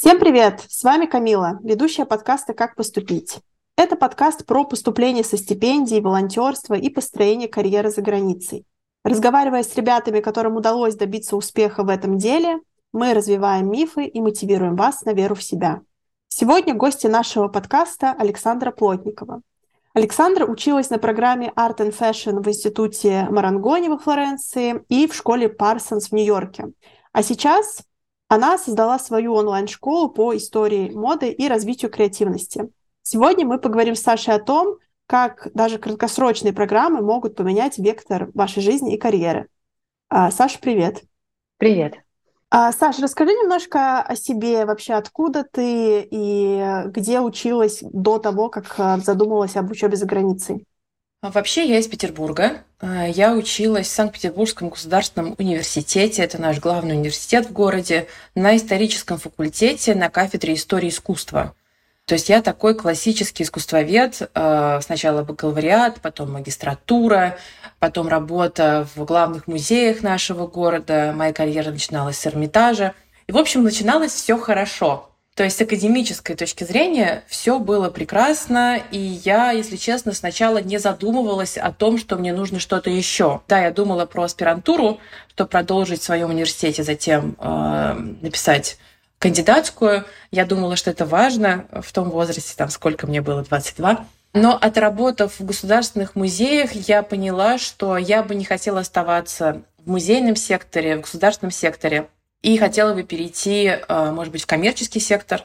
Всем привет! С вами Камила, ведущая подкаста «Как поступить». Это подкаст про поступление со стипендией, волонтерство и построение карьеры за границей. Разговаривая с ребятами, которым удалось добиться успеха в этом деле, мы развиваем мифы и мотивируем вас на веру в себя. Сегодня гости нашего подкаста Александра Плотникова. Александра училась на программе Art and Fashion в институте Марангони во Флоренции и в школе Парсонс в Нью-Йорке. А сейчас она создала свою онлайн-школу по истории моды и развитию креативности. Сегодня мы поговорим с Сашей о том, как даже краткосрочные программы могут поменять вектор вашей жизни и карьеры. Саша, привет. Привет. Саша, расскажи немножко о себе, вообще откуда ты и где училась до того, как задумалась об учебе за границей. Вообще я из Петербурга. Я училась в Санкт-Петербургском государственном университете, это наш главный университет в городе, на историческом факультете на кафедре истории искусства. То есть я такой классический искусствовед, сначала бакалавриат, потом магистратура, потом работа в главных музеях нашего города. Моя карьера начиналась с Эрмитажа. И, в общем, начиналось все хорошо. То есть с академической точки зрения все было прекрасно, и я, если честно, сначала не задумывалась о том, что мне нужно что-то еще. Да, я думала про аспирантуру, что продолжить в своем университете, затем написать кандидатскую. Я думала, что это важно в том возрасте, там сколько мне было, 22. Но отработав в государственных музеях, я поняла, что я бы не хотела оставаться в музейном секторе, в государственном секторе, и хотела бы перейти, может быть, в коммерческий сектор.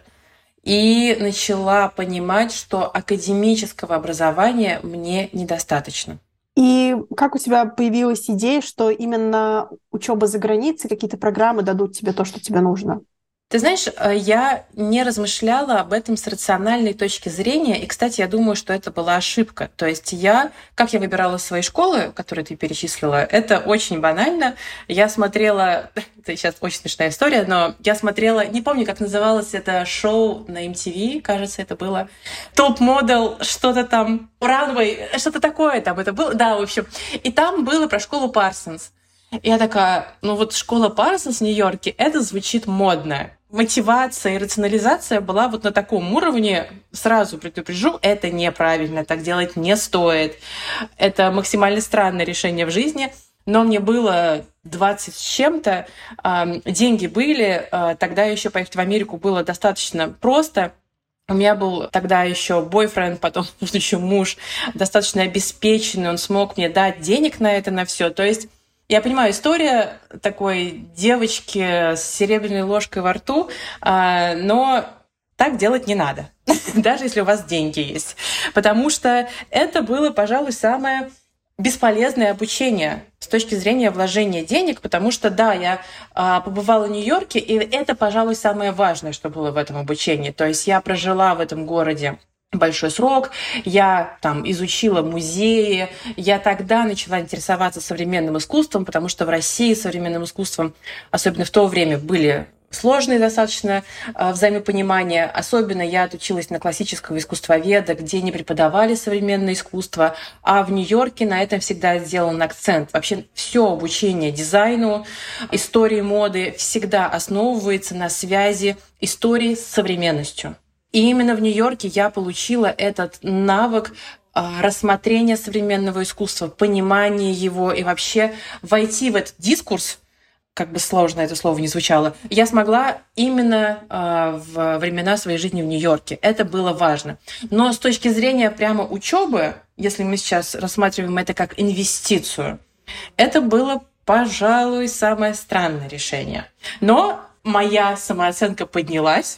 И начала понимать, что академического образования мне недостаточно. И как у тебя появилась идея, что именно учеба за границей, какие-то программы дадут тебе то, что тебе нужно? Ты знаешь, я не размышляла об этом с рациональной точки зрения, и, кстати, я думаю, что это была ошибка. То есть как я выбирала свои школы, которые ты перечислила, это очень банально. Я смотрела, это сейчас очень смешная история, но я смотрела, не помню, как называлось это шоу на MTV, кажется, это было топ-модел, что-то там, Runway, что-то такое там это было, да, в общем. И там было про школу Парсонс. Я такая, школа Парсонс в Нью-Йорке, это звучит модно. Мотивация и рационализация была вот на таком уровне. Сразу предупрежу, это неправильно, так делать не стоит. Это максимально странное решение в жизни. Но мне было 20 с чем-то, деньги были, тогда еще поехать в Америку было достаточно просто. У меня был тогда еще бойфренд, потом еще муж, достаточно обеспеченный, он смог мне дать денег на это, на все. То есть я понимаю, история такой девочки с серебряной ложкой во рту, но так делать не надо, даже если у вас деньги есть. Потому что это было, пожалуй, самое бесполезное обучение с точки зрения вложения денег, потому что, да, я побывала в Нью-Йорке, и это, пожалуй, самое важное, что было в этом обучении. То есть я прожила в этом городе большой срок, я там изучила музеи, я тогда начала интересоваться современным искусством, потому что в России современным искусством, особенно в то время, были сложные достаточно взаимопонимания. Особенно я отучилась на классического искусствоведа, где не преподавали современное искусство, а в Нью-Йорке на этом всегда сделан акцент. Вообще все обучение дизайну, истории моды всегда основывается на связи истории с современностью. И именно в Нью-Йорке я получила этот навык рассмотрения современного искусства, понимания его и вообще войти в этот дискурс, как бы сложно это слово ни звучало, я смогла именно в времена своей жизни в Нью-Йорке. Это было важно. Но с точки зрения прямо учебы, если мы сейчас рассматриваем это как инвестицию, это было, пожалуй, самое странное решение. Но моя самооценка поднялась.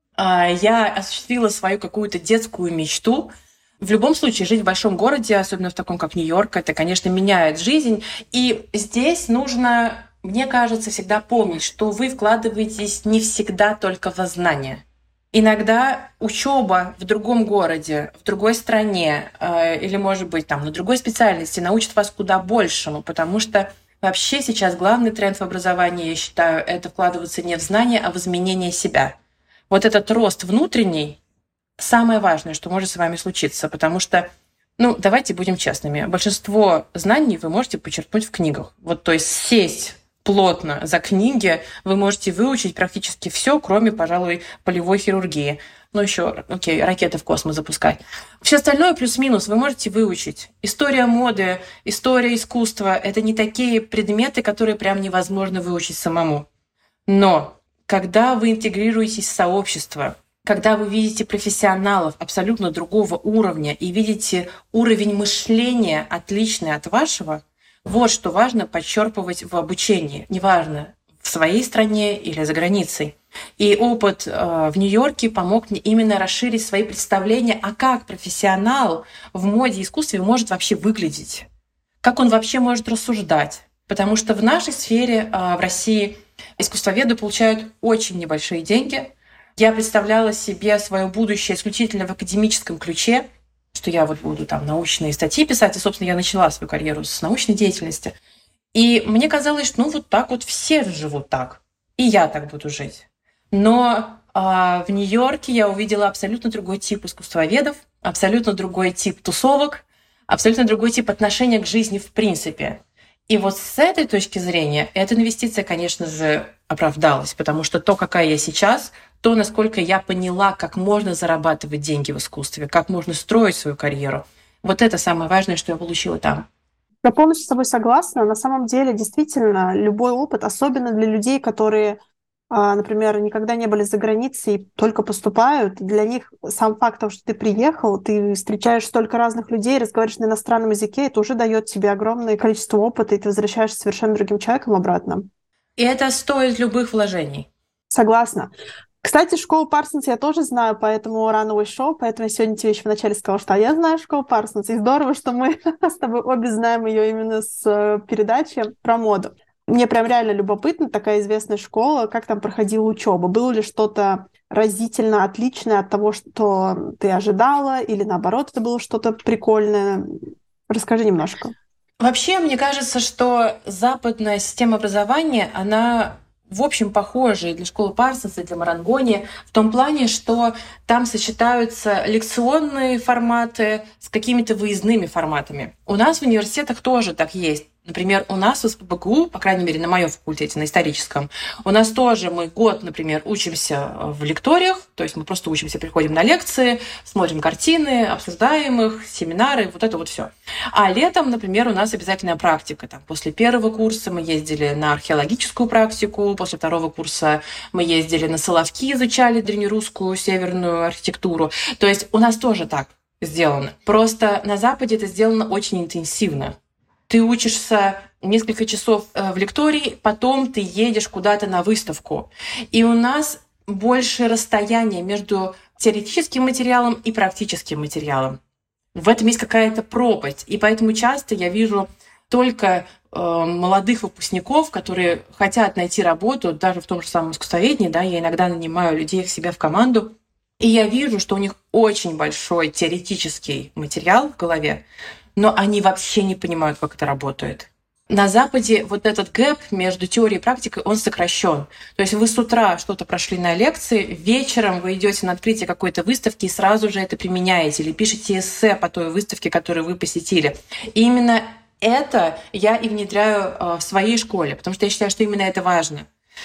Я осуществила свою какую-то детскую мечту. В любом случае, жить в большом городе, особенно в таком, как Нью-Йорк, это, конечно, меняет жизнь. И здесь нужно, мне кажется, всегда помнить, что вы вкладываетесь не всегда только во знания. Иногда учеба в другом городе, в другой стране или, может быть, там, на другой специальности научит вас куда большему, потому что вообще сейчас главный тренд в образовании, я считаю, это вкладываться не в знания, а в изменение себя. Вот этот рост внутренний – самое важное, что может с вами случиться, потому что, давайте будем честными, большинство знаний вы можете почерпнуть в книгах. Вот, то есть сесть плотно за книги, вы можете выучить практически все, кроме, пожалуй, полевой хирургии. Ну, еще, окей, ракеты в космос запускать. Все остальное плюс-минус вы можете выучить. История моды, история искусства — это не такие предметы, которые прям невозможно выучить самому. Но когда вы интегрируетесь в сообщество, когда вы видите профессионалов абсолютно другого уровня и видите уровень мышления отличный от вашего, вот что важно подчерпывать в обучении. Неважно, в своей стране или за границей. И опыт в Нью-Йорке помог мне именно расширить свои представления, а как профессионал в моде и искусстве может вообще выглядеть, как он вообще может рассуждать. Потому что в нашей сфере, в России, искусствоведы получают очень небольшие деньги. Я представляла себе свое будущее исключительно в академическом ключе, что я вот буду там научные статьи писать. И, собственно, я начала свою карьеру с научной деятельности. И мне казалось, что вот так вот все живут так. И я так буду жить. Но в Нью-Йорке я увидела абсолютно другой тип искусствоведов, абсолютно другой тип тусовок, абсолютно другой тип отношения к жизни в принципе. И вот с этой точки зрения эта инвестиция, конечно же, оправдалась, потому что то, какая я сейчас, то, насколько я поняла, как можно зарабатывать деньги в искусстве, как можно строить свою карьеру, вот это самое важное, что я получила там. Я полностью с тобой согласна. На самом деле, действительно, любой опыт, особенно для людей, которые, например, никогда не были за границей и только поступают, для них сам факт того, что ты приехал, ты встречаешь столько разных людей, разговариваешь на иностранном языке, это уже дает тебе огромное количество опыта, и ты возвращаешься совершенно другим человеком обратно. И это стоит любых вложений. Согласна. Кстати, школу Парсонс я тоже знаю, поэтому Runway Show, поэтому я сегодня тебе еще вначале сказала, что я знаю школу Парсонс, и здорово, что мы с тобой обе знаем ее именно с передачи про моду. Мне прям реально любопытно, такая известная школа, как там проходила учеба, было ли что-то разительно отличное от того, что ты ожидала, или наоборот, это было что-то прикольное? Расскажи немножко. Вообще, мне кажется, что западная система образования, она в общем похожа и для школы Парсонс, и для Марангони в том плане, что там сочетаются лекционные форматы с какими-то выездными форматами. У нас в университетах тоже так есть. Например, у нас в СПбГУ, по крайней мере, на моем факультете, на историческом, у нас тоже мы год, например, учимся в лекториях, то есть мы просто учимся, приходим на лекции, смотрим картины, обсуждаем их, семинары, вот это вот все. А летом, например, у нас обязательная практика. Там, после первого курса мы ездили на археологическую практику, после второго курса мы ездили на Соловки, изучали древнерусскую северную архитектуру. То есть у нас тоже так сделано. Просто на Западе это сделано очень интенсивно. Ты учишься несколько часов в лектории, потом ты едешь куда-то на выставку. И у нас больше расстояние между теоретическим материалом и практическим материалом. В этом есть какая-то пропасть. И поэтому часто я вижу только молодых выпускников, которые хотят найти работу, даже в том же самом искусствоведении, да, я иногда нанимаю людей к себе в команду, и я вижу, что у них очень большой теоретический материал в голове, но они вообще не понимают, как это работает. На Западе вот этот гэп между теорией и практикой, он сокращен. То есть вы с утра что-то прошли на лекции, вечером вы идете на открытие какой-то выставки и сразу же это применяете или пишете эссе по той выставке, которую вы посетили. И именно это я и внедряю в своей школе, потому что я считаю, что именно это важно.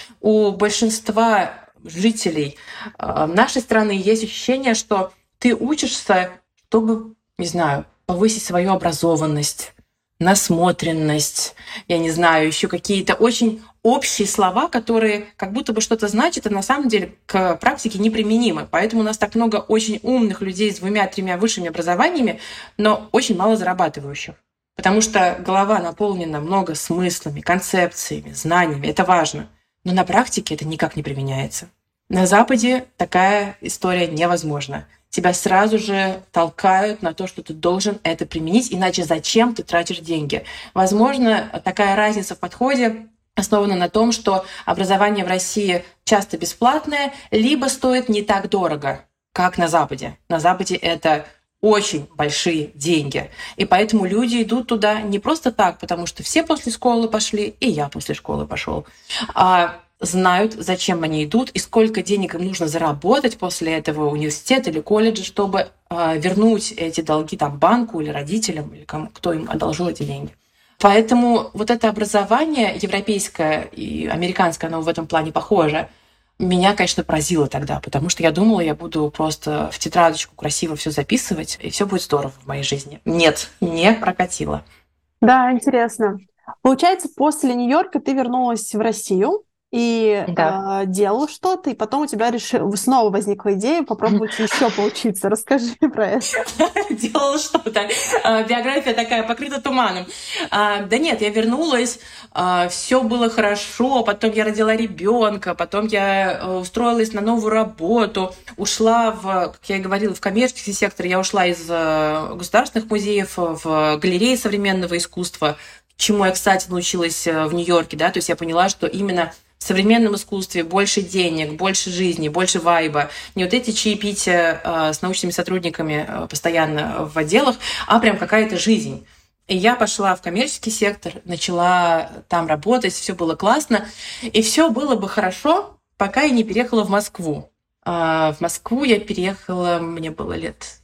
У большинства жителей нашей страны есть ощущение, что ты учишься, чтобы, не знаю, повысить свою образованность, насмотренность, я не знаю, еще какие-то очень общие слова, которые как будто бы что-то значат, а на самом деле к практике неприменимы. Поэтому у нас так много очень умных людей с 2-3 высшими образованиями, но очень мало зарабатывающих. Потому что голова наполнена много смыслами, концепциями, знаниями. Это важно. Но на практике это никак не применяется. На Западе такая история невозможна. Тебя сразу же толкают на то, что ты должен это применить, иначе зачем ты тратишь деньги? Возможно, такая разница в подходе основана на том, что образование в России часто бесплатное, либо стоит не так дорого, как на Западе. На Западе это очень большие деньги. И поэтому люди идут туда не просто так, потому что все после школы пошли, и я после школы пошел, а знают, зачем они идут и сколько денег им нужно заработать после этого университета или колледжа, чтобы вернуть эти долги там банку или родителям, или кому, кто им одолжил эти деньги. Поэтому вот это образование европейское и американское, оно в этом плане похоже, меня, конечно, поразило тогда, потому что я думала, я буду просто в тетрадочку красиво все записывать, и все будет здорово в моей жизни. Нет, не прокатило. Да, интересно. Получается, после Нью-Йорка ты вернулась в Россию и Да. делала что-то, и потом у тебя снова возникла идея попробовать еще поучиться. Расскажи про это. Делала что-то. Биография такая покрыта туманом. Да нет, я вернулась, все было хорошо, потом я родила ребенка, потом я устроилась на новую работу, ушла как я и говорила, в коммерческий сектор, я ушла из государственных музеев в галереи современного искусства, чему я, кстати, научилась в Нью-Йорке, да, то есть я поняла, что именно в современном искусстве больше денег, больше жизни, больше вайба. Не вот эти чаепития с научными сотрудниками постоянно в отделах, а прям какая-то жизнь. И я пошла в коммерческий сектор, начала там работать, все было классно. И все было бы хорошо, пока я не переехала в Москву. В Москву я переехала, мне было лет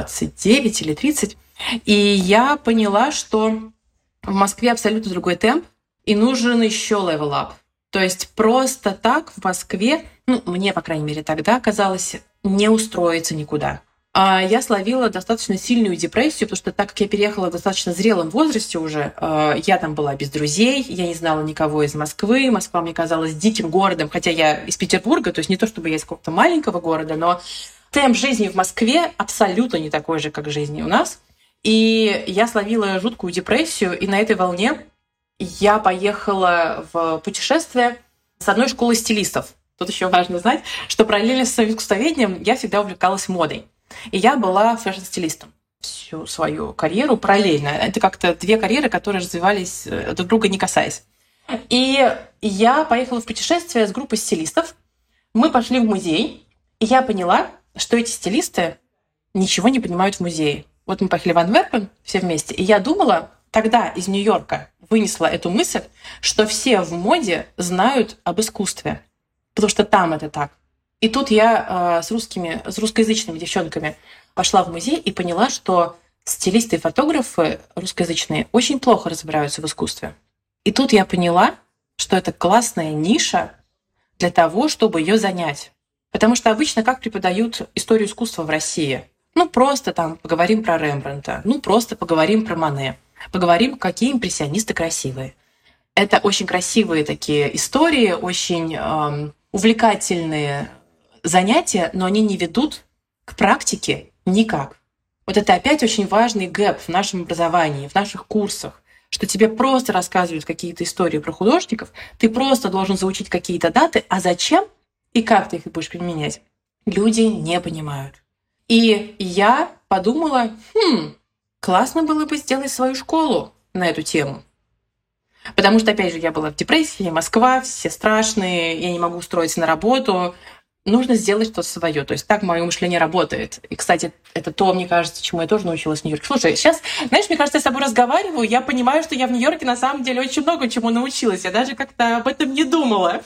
29 или 30. И я поняла, что в Москве абсолютно другой темп, и нужен еще level up. То есть просто так в Москве, мне, по крайней мере, тогда казалось, не устроиться никуда. А я словила достаточно сильную депрессию, потому что так как я переехала в достаточно зрелом возрасте уже, я там была без друзей, я не знала никого из Москвы, Москва мне казалась диким городом, хотя я из Петербурга, то есть не то чтобы я из какого-то маленького города, но темп жизни в Москве абсолютно не такой же, как жизни у нас. И я словила жуткую депрессию, и на этой волне я поехала в путешествие с одной школы стилистов. Тут еще важно знать, что параллельно с своим искусствоведением я всегда увлекалась модой. И я была фэшн-стилистом всю свою карьеру параллельно. Это как-то две карьеры, которые развивались друг друга не касаясь. И я поехала в путешествие с группой стилистов. Мы пошли в музей, и я поняла, что эти стилисты ничего не понимают в музее. Вот мы поехали в Антверпен все вместе, и я думала, тогда из Нью-Йорка вынесла эту мысль, что все в моде знают об искусстве, потому что там это так. И тут я с русскоязычными девчонками пошла в музей и поняла, что стилисты и фотографы русскоязычные очень плохо разбираются в искусстве. И тут я поняла, что это классная ниша для того, чтобы ее занять. Потому что обычно как преподают историю искусства в России? Просто там поговорим про Рембрандта, просто поговорим про Мане, поговорим, какие импрессионисты красивые. Это очень красивые такие истории, очень увлекательные занятия, но они не ведут к практике никак. Вот это опять очень важный гэп в нашем образовании, в наших курсах, что тебе просто рассказывают какие-то истории про художников, ты просто должен заучить какие-то даты, а зачем и как ты их будешь применять, люди не понимают. И я подумала, классно было бы сделать свою школу на эту тему. Потому что, опять же, я была в депрессии, Москва, все страшные, я не могу устроиться на работу. Нужно сделать что-то свое. То есть так мое мышление работает. И, кстати, это то, мне кажется, чему я тоже научилась в Нью-Йорке. Слушай, сейчас, знаешь, мне кажется, я с тобой разговариваю, я понимаю, что я в Нью-Йорке на самом деле очень много чему научилась. Я даже как-то об этом не думала.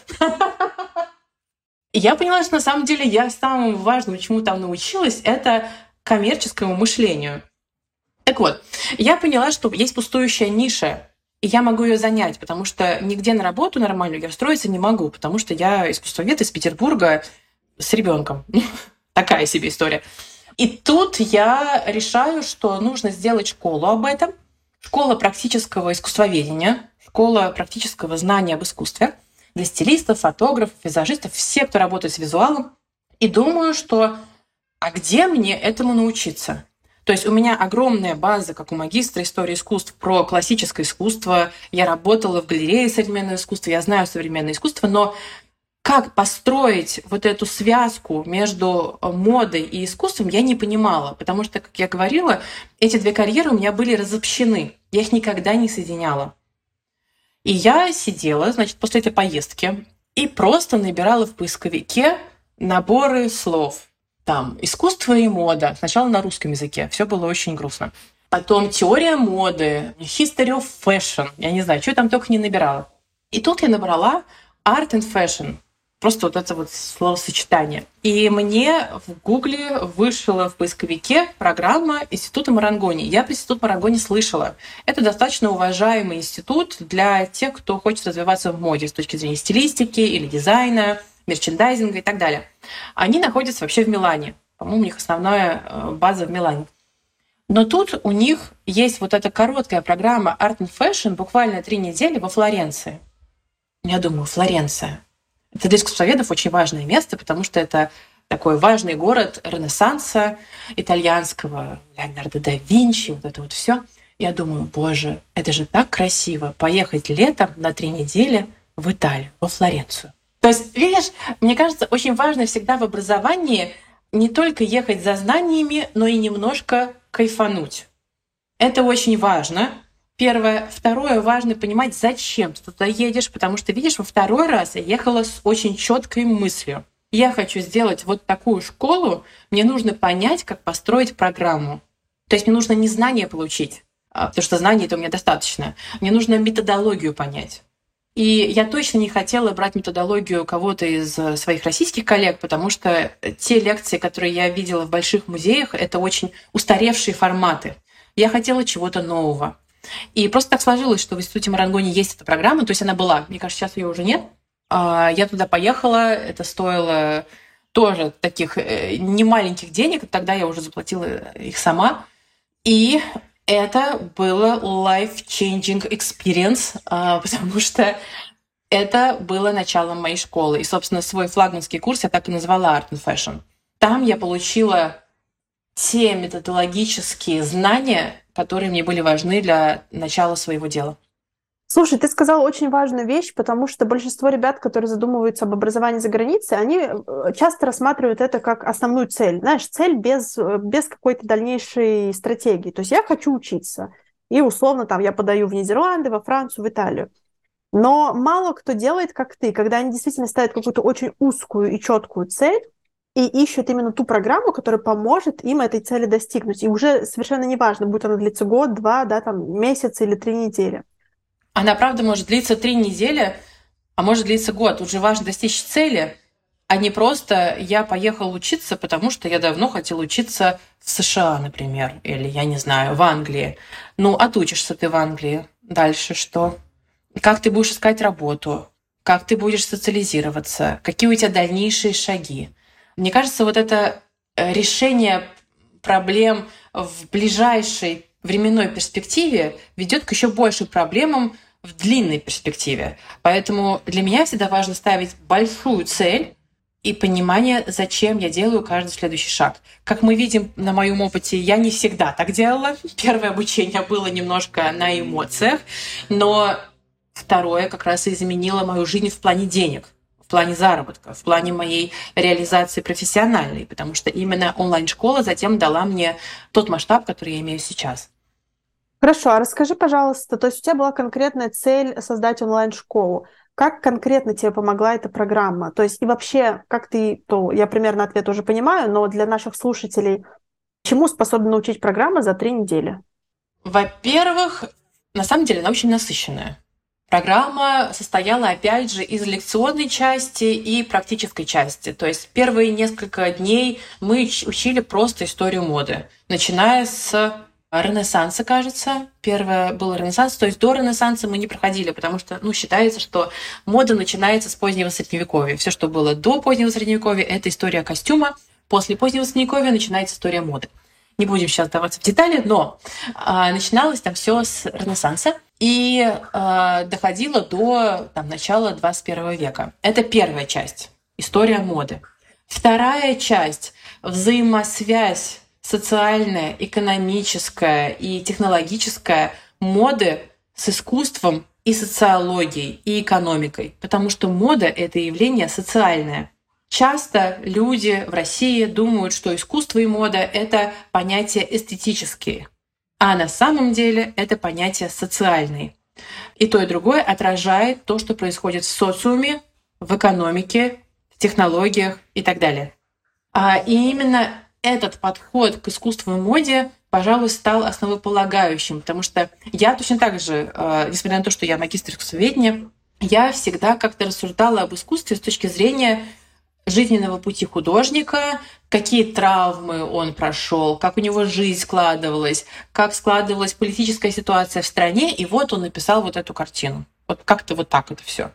Я поняла, что на самом деле я самому важному, чему там научилась, это коммерческому мышлению. Так вот, я поняла, что есть пустующая ниша, и я могу ее занять, потому что нигде на работу нормальную я устроиться не могу, потому что я искусствовед из Петербурга с ребенком. Такая себе история. И тут я решаю, что нужно сделать школу об этом, школа практического искусствоведения, школа практического знания об искусстве для стилистов, фотографов, визажистов, все, кто работает с визуалом. И думаю, что а где мне этому научиться? То есть у меня огромная база, как у магистра истории искусств, про классическое искусство. Я работала в галерее современного искусства, я знаю современное искусство, но как построить вот эту связку между модой и искусством, я не понимала, потому что, как я говорила, эти две карьеры у меня были разобщены, я их никогда не соединяла. И я сидела, значит, после этой поездки и просто набирала в поисковике наборы слов. Там искусство и мода. Сначала на русском языке. Все было очень грустно. Потом теория моды, history of fashion. Я не знаю, что я там только не набирала. И тут я набрала art and fashion. Просто вот это вот словосочетание. И мне в Гугле вышла в поисковике программа Института Марангони. Я про Институт Марангони слышала. Это достаточно уважаемый институт для тех, кто хочет развиваться в моде с точки зрения стилистики или дизайна, мерчендайзинга и так далее. Они находятся вообще в Милане. По-моему, у них основная база в Милане. Но тут у них есть вот эта короткая программа Art and Fashion, буквально 3 недели во Флоренции. Я думаю, Флоренция. Это для искусствоведов очень важное место, потому что это такой важный город Ренессанса итальянского, Леонардо да Винчи, вот это вот все. Я думаю, боже, это же так красиво, поехать летом на 3 недели в Италию, во Флоренцию. То есть, видишь, мне кажется, очень важно всегда в образовании не только ехать за знаниями, но и немножко кайфануть. Это очень важно. Первое. Второе, важно понимать, зачем ты туда едешь, потому что, видишь, во второй раз я ехала с очень четкой мыслью. Я хочу сделать вот такую школу, мне нужно понять, как построить программу. То есть мне нужно не знания получить, потому что знаний это у меня достаточно. Мне нужно методологию понять. И я точно не хотела брать методологию кого-то из своих российских коллег, потому что те лекции, которые я видела в больших музеях, это очень устаревшие форматы. Я хотела чего-то нового. И просто так сложилось, что в Институте Марангони есть эта программа, то есть она была, мне кажется, сейчас ее уже нет. Я туда поехала, это стоило тоже таких немаленьких денег, тогда я уже заплатила их сама. И это было life-changing experience, потому что это было началом моей школы. И, собственно, свой флагманский курс я так и назвала Art and Fashion. Там я получила те методологические знания, которые мне были важны для начала своего дела. Слушай, ты сказала очень важную вещь, потому что большинство ребят, которые задумываются об образовании за границей, они часто рассматривают это как основную цель. Знаешь, цель без какой-то дальнейшей стратегии. То есть я хочу учиться. И условно там я подаю в Нидерланды, во Францию, в Италию. Но мало кто делает, как ты, когда они действительно ставят какую-то очень узкую и четкую цель, и ищут именно ту программу, которая поможет им этой цели достигнуть. И уже совершенно неважно, будет она длиться год, 2, да, там, месяц или 3 недели. Она, правда, может длиться 3 недели, а может длиться год. Тут же важно достичь цели, а не просто я поехал учиться, потому что я давно хотел учиться в США, например, или, я не знаю, в Англии. Ну, отучишься ты в Англии. Дальше что? Как ты будешь искать работу? Как ты будешь социализироваться? Какие у тебя дальнейшие шаги? Мне кажется, вот это решение проблем в ближайшей временной перспективе ведет к еще большим проблемам в длинной перспективе. Поэтому для меня всегда важно ставить большую цель и понимание, зачем я делаю каждый следующий шаг. Как мы видим на моем опыте, я не всегда так делала. Первое обучение было немножко на эмоциях, но второе как раз и изменило мою жизнь в плане денег, в плане заработка, в плане моей реализации профессиональной, потому что именно онлайн-школа затем дала мне тот масштаб, который я имею сейчас. Хорошо, а расскажи, пожалуйста, то есть у тебя была конкретная цель создать онлайн-школу. Как конкретно тебе помогла эта программа? То есть и вообще, как ты, то я примерно ответ уже понимаю, но для наших слушателей, чему способна научить программа за 3 недели? Во-первых, на самом деле она очень насыщенная. Программа состояла, опять же, из лекционной части и практической части. То есть первые несколько дней мы учили просто историю моды, начиная с Ренессанса, кажется. Первое был Ренессанс, то есть до Ренессанса мы не проходили, потому что считается, что мода начинается с позднего Средневековья. Все, что было до позднего Средневековья, это история костюма. После позднего Средневековья начинается история моды. Не будем сейчас вдаваться в детали, но начиналось там все с Ренессанса и доходило до начала 21 века. Это первая часть – история моды. Вторая часть – взаимосвязь социальная, экономическая и технологическая моды с искусством и социологией, и экономикой. Потому что мода – это явление социальное. Часто люди в России думают, что искусство и мода — это понятия эстетические, а на самом деле это понятия социальные. И то, и другое отражает то, что происходит в социуме, в экономике, в технологиях и так далее. И именно этот подход к искусству и моде, пожалуй, стал основополагающим, потому что я точно так же, несмотря на то, что я магистр искусствоведения, я всегда как-то рассуждала об искусстве с точки зрения жизненного пути художника, какие травмы он прошел, как у него жизнь складывалась, как складывалась политическая ситуация в стране, и вот он написал вот эту картину. Вот как-то вот так это все.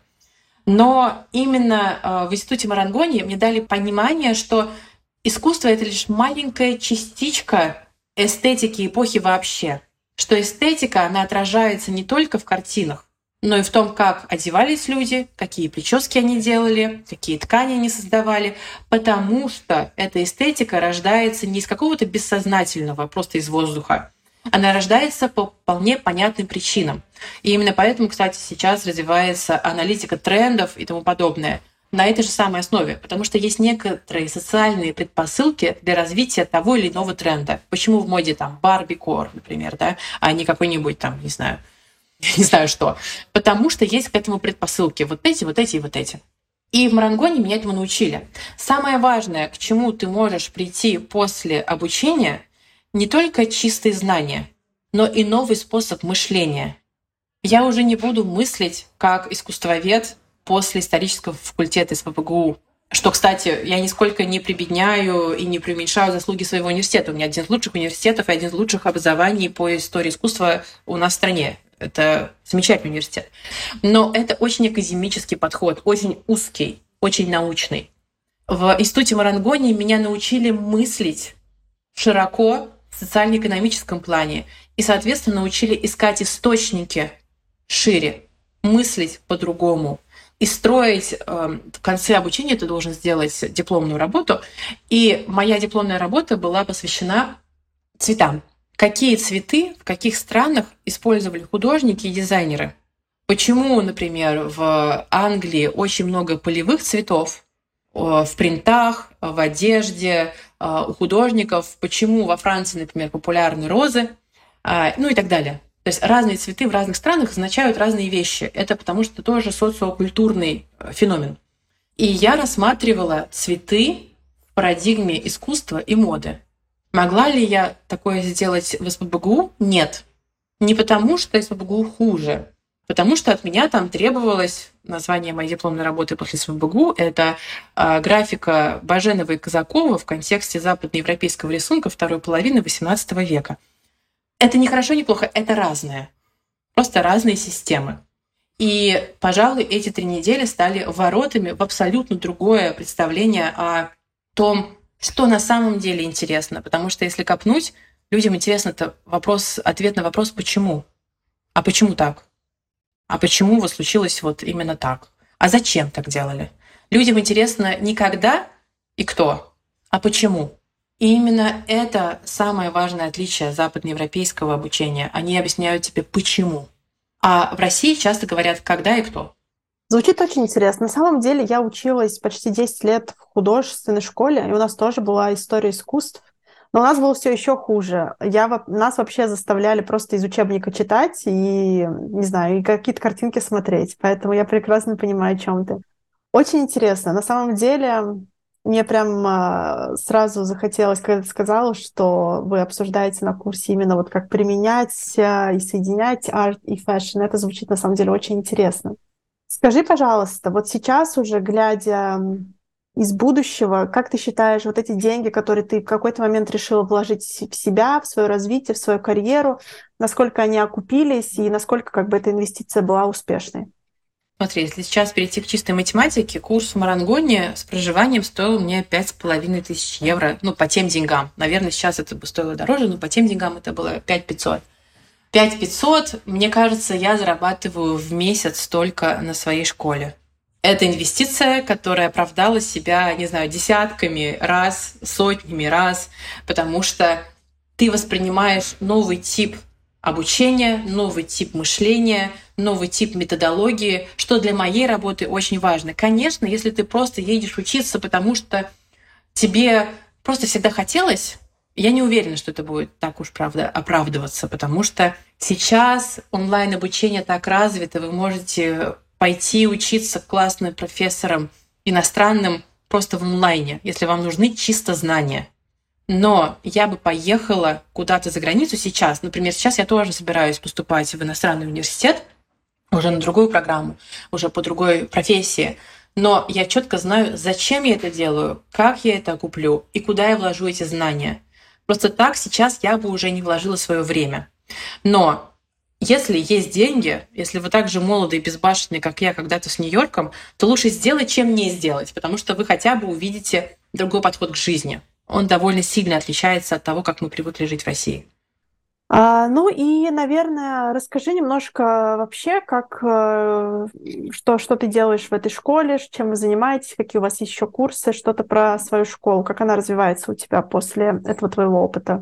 Но именно в институте Марангони мне дали понимание, что искусство — это лишь маленькая частичка эстетики эпохи вообще. Что эстетика, она отражается не только в картинах, но и в том, как одевались люди, какие прически они делали, какие ткани они создавали, потому что эта эстетика рождается не из какого-то бессознательного, просто из воздуха. Она рождается по вполне понятным причинам. И именно поэтому, кстати, сейчас развивается аналитика трендов и тому подобное на этой же самой основе, потому что есть некоторые социальные предпосылки для развития того или иного тренда. Почему в моде там барби-кор, например, да, а не какой-нибудь там, не знаю что. Потому что есть к этому предпосылки. Вот эти, вот эти и вот эти. И в Марангоне меня этому научили. Самое важное, к чему ты можешь прийти после обучения, не только чистые знания, но и новый способ мышления. Я уже не буду мыслить как искусствовед после исторического факультета СПбГУ. Что, кстати, я нисколько не прибедняю и не преуменьшаю заслуги своего университета. У меня один из лучших университетов и один из лучших образований по истории искусства у нас в стране. Это замечательный университет. Но это очень академический подход, очень узкий, очень научный. В институте Марангони меня научили мыслить широко в социально-экономическом плане и, соответственно, научили искать источники шире, мыслить по-другому и строить. В конце обучения ты должен сделать дипломную работу. И моя дипломная работа была посвящена цветам. Какие цветы в каких странах использовали художники и дизайнеры? Почему, например, в Англии очень много полевых цветов в принтах, в одежде, у художников? Почему во Франции, например, популярны розы? Ну и так далее. То есть разные цветы в разных странах означают разные вещи. Это потому что тоже социокультурный феномен. И я рассматривала цветы в парадигме искусства и моды. Могла ли я такое сделать в СПбГУ? Нет. Не потому, что СПбГУ хуже, потому что от меня там требовалось название моей дипломной работы после СПбГУ. Это графика Баженова и Казакова в контексте западноевропейского рисунка второй половины XVIII века. Это не хорошо, не плохо, это разное. Просто разные системы. И, пожалуй, эти 3 недели стали воротами в абсолютно другое представление о том, что на самом деле интересно. Потому что если копнуть, людям интересно ответ на вопрос «почему?». А почему так? А почему вот случилось вот именно так? А зачем так делали? Людям интересно не когда и кто, а почему. И именно это самое важное отличие западноевропейского обучения. Они объясняют тебе «почему?». А в России часто говорят «когда и кто?». Звучит очень интересно. На самом деле я училась почти 10 лет в художественной школе, и у нас тоже была история искусств. Но у нас было все еще хуже. Нас вообще заставляли просто из учебника читать и, не знаю, и какие-то картинки смотреть. Поэтому я прекрасно понимаю, о чем ты. Очень интересно. На самом деле, мне прям сразу захотелось, когда ты сказала, что вы обсуждаете на курсе именно вот как применять и соединять арт и фэшн. Это звучит на самом деле очень интересно. Скажи, пожалуйста, вот сейчас уже, глядя из будущего, как ты считаешь, вот эти деньги, которые ты в какой-то момент решила вложить в себя, в свое развитие, в свою карьеру, насколько они окупились и насколько как бы эта инвестиция была успешной? Смотри, если сейчас перейти к чистой математике, курс в Марангоне с проживанием стоил мне 5500 евро, ну, по тем деньгам. Наверное, сейчас это бы стоило дороже, но по тем деньгам это было 5500. 5500, мне кажется, я зарабатываю в месяц только на своей школе. Это инвестиция, которая оправдала себя, не знаю, десятками раз, сотнями раз, потому что ты воспринимаешь новый тип обучения, новый тип мышления, новый тип методологии, что для моей работы очень важно. Конечно, если ты просто едешь учиться, потому что тебе просто всегда хотелось, я не уверена, что это будет так уж, правда, оправдываться, потому что сейчас онлайн-обучение так развито, вы можете пойти учиться к классным профессорам иностранным просто в онлайне, если вам нужны чисто знания. Но я бы поехала куда-то за границу сейчас. Например, сейчас я тоже собираюсь поступать в иностранный университет. уже на другую программу, уже по другой профессии. Но я четко знаю, зачем я это делаю, как я это окуплю и куда я вложу эти знания. Просто так сейчас я бы уже не вложила свое время. Но если есть деньги, если вы так же молоды и безбашенны, как я когда-то с Нью-Йорком, то лучше сделать, чем не сделать, потому что вы хотя бы увидите другой подход к жизни. Он довольно сильно отличается от того, как мы привыкли жить в России. Ну и, наверное, расскажи немножко вообще, что ты делаешь в этой школе, чем вы занимаетесь, какие у вас еще курсы, что-то про свою школу, как она развивается у тебя после этого твоего опыта.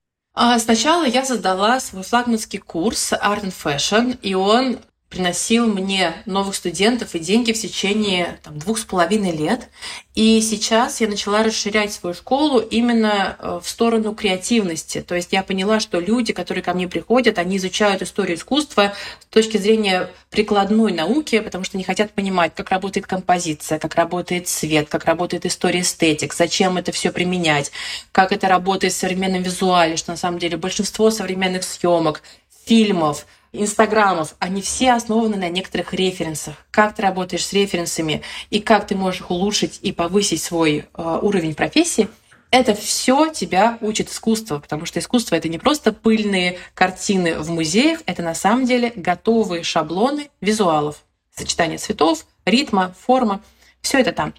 Сначала я создала свой флагманский курс Art and Fashion, и он приносил мне новых студентов и деньги в течение 2,5 лет. И сейчас я начала расширять свою школу именно в сторону креативности. То есть я поняла, что люди, которые ко мне приходят, они изучают историю искусства с точки зрения прикладной науки, потому что они хотят понимать, как работает композиция, как работает цвет, как работает история эстетик, зачем это все применять, как это работает в современном визуале, что на самом деле большинство современных съемок, фильмов, инстаграмов, они все основаны на некоторых референсах. Как ты работаешь с референсами и как ты можешь их улучшить и повысить свой уровень профессии, это все тебя учит искусство, потому что искусство — это не просто пыльные картины в музеях, это на самом деле готовые шаблоны визуалов. Сочетание цветов, ритма, форма — все это там.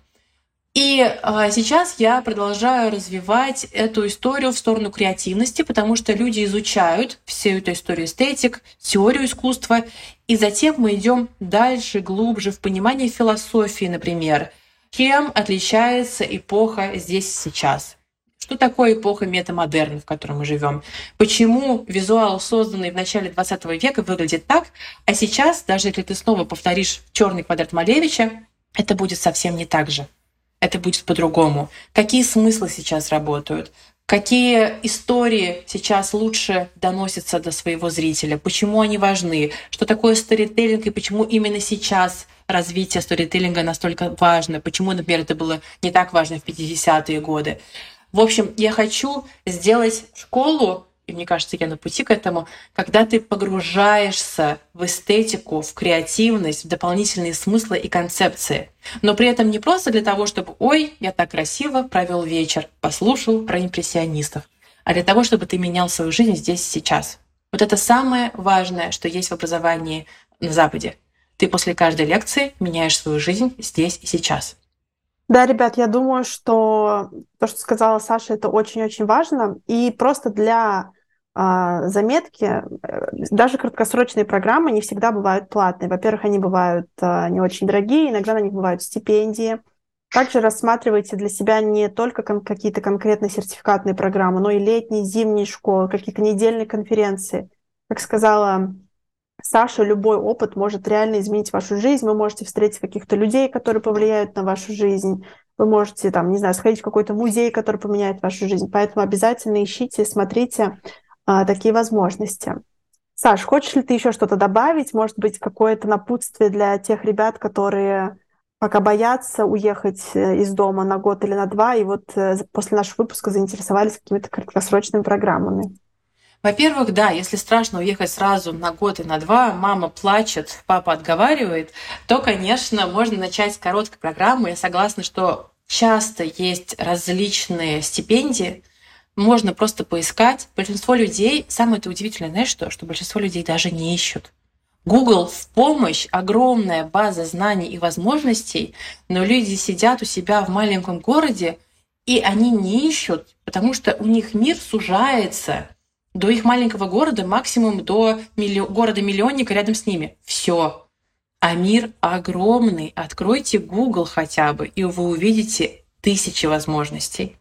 И сейчас я продолжаю развивать эту историю в сторону креативности, потому что люди изучают всю эту историю эстетик, теорию искусства, и затем мы идем дальше, глубже в понимание философии, например. Чем отличается эпоха здесь и сейчас? Что такое эпоха метамодерна, в которой мы живем? Почему визуал, созданный в начале 20 века, выглядит так, а сейчас, даже если ты снова повторишь черный квадрат Малевича, это будет совсем не так же. Это будет по-другому. Какие смыслы сейчас работают? Какие истории сейчас лучше доносятся до своего зрителя? Почему они важны? Что такое сторителлинг и почему именно сейчас развитие сторителлинга настолько важно? Почему, например, это было не так важно в 50-е годы? В общем, я хочу сделать школу, и мне кажется, я на пути к этому, когда ты погружаешься в эстетику, в креативность, в дополнительные смыслы и концепции. Но при этом не просто для того, чтобы «Ой, я так красиво провел вечер, послушал про импрессионистов», а для того, чтобы ты менял свою жизнь здесь и сейчас. Вот это самое важное, что есть в образовании на Западе. Ты после каждой лекции меняешь свою жизнь здесь и сейчас. Да, ребят, я думаю, что то, что сказала Саша, это очень-очень важно. И просто для заметки, даже краткосрочные программы не всегда бывают платные. Во-первых, они бывают не очень дорогие, иногда на них бывают стипендии. Также рассматривайте для себя не только какие-то конкретные сертификатные программы, но и летние, зимние школы, какие-то недельные конференции. Как сказала Саша, любой опыт может реально изменить вашу жизнь. Вы можете встретить каких-то людей, которые повлияют на вашу жизнь. Вы можете, не знаю, сходить в какой-то музей, который поменяет вашу жизнь. Поэтому обязательно ищите, смотрите такие возможности. Саш, хочешь ли ты еще что-то добавить? Может быть, какое-то напутствие для тех ребят, которые пока боятся уехать из дома на год или на 2, и вот после нашего выпуска заинтересовались какими-то краткосрочными программами? Во-первых, да, если страшно уехать сразу на год и на 2, мама плачет, папа отговаривает, то, конечно, можно начать с короткой программы. Я согласна, что часто есть различные стипендии, можно просто поискать. Большинство людей, самое это удивительное, знаешь что большинство людей даже не ищут. Google в помощь, огромная база знаний и возможностей, но люди сидят у себя в маленьком городе, и они не ищут, потому что у них мир сужается до их маленького города, максимум до города-миллионника рядом с ними. Все. А мир огромный. Откройте Google хотя бы, и вы увидите тысячи возможностей.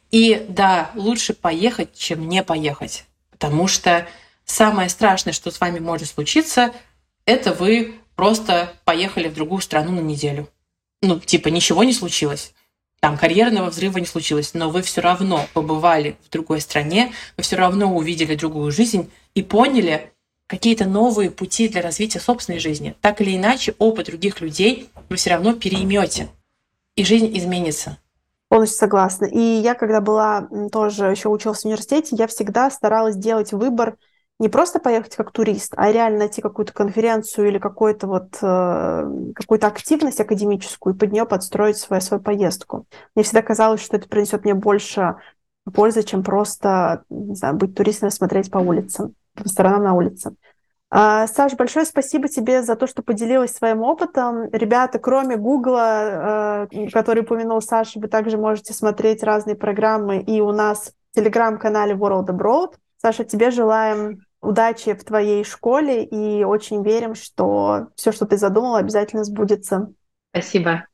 И да, лучше поехать, чем не поехать. Потому что самое страшное, что с вами может случиться, это вы просто поехали в другую страну на неделю. Ничего не случилось. Там карьерного взрыва не случилось, но вы все равно побывали в другой стране, вы все равно увидели другую жизнь и поняли какие-то новые пути для развития собственной жизни. Так или иначе, опыт других людей вы все равно переймете, и жизнь изменится. Полностью согласна. И я, когда была тоже еще училась в университете, я всегда старалась делать выбор не просто поехать как турист, а реально найти какую-то конференцию или какую-то активность академическую и под нее подстроить свою поездку. Мне всегда казалось, что это принесет мне больше пользы, чем просто, не знаю, быть туристом и смотреть по улицам, по сторонам на улице. Саш, большое спасибо тебе за то, что поделилась своим опытом. Ребята, кроме Гугла, который упомянул Саша, вы также можете смотреть разные программы и у нас в телеграм-канале World Abroad. Саша, тебе желаем удачи в твоей школе и очень верим, что все, что ты задумала, обязательно сбудется. Спасибо.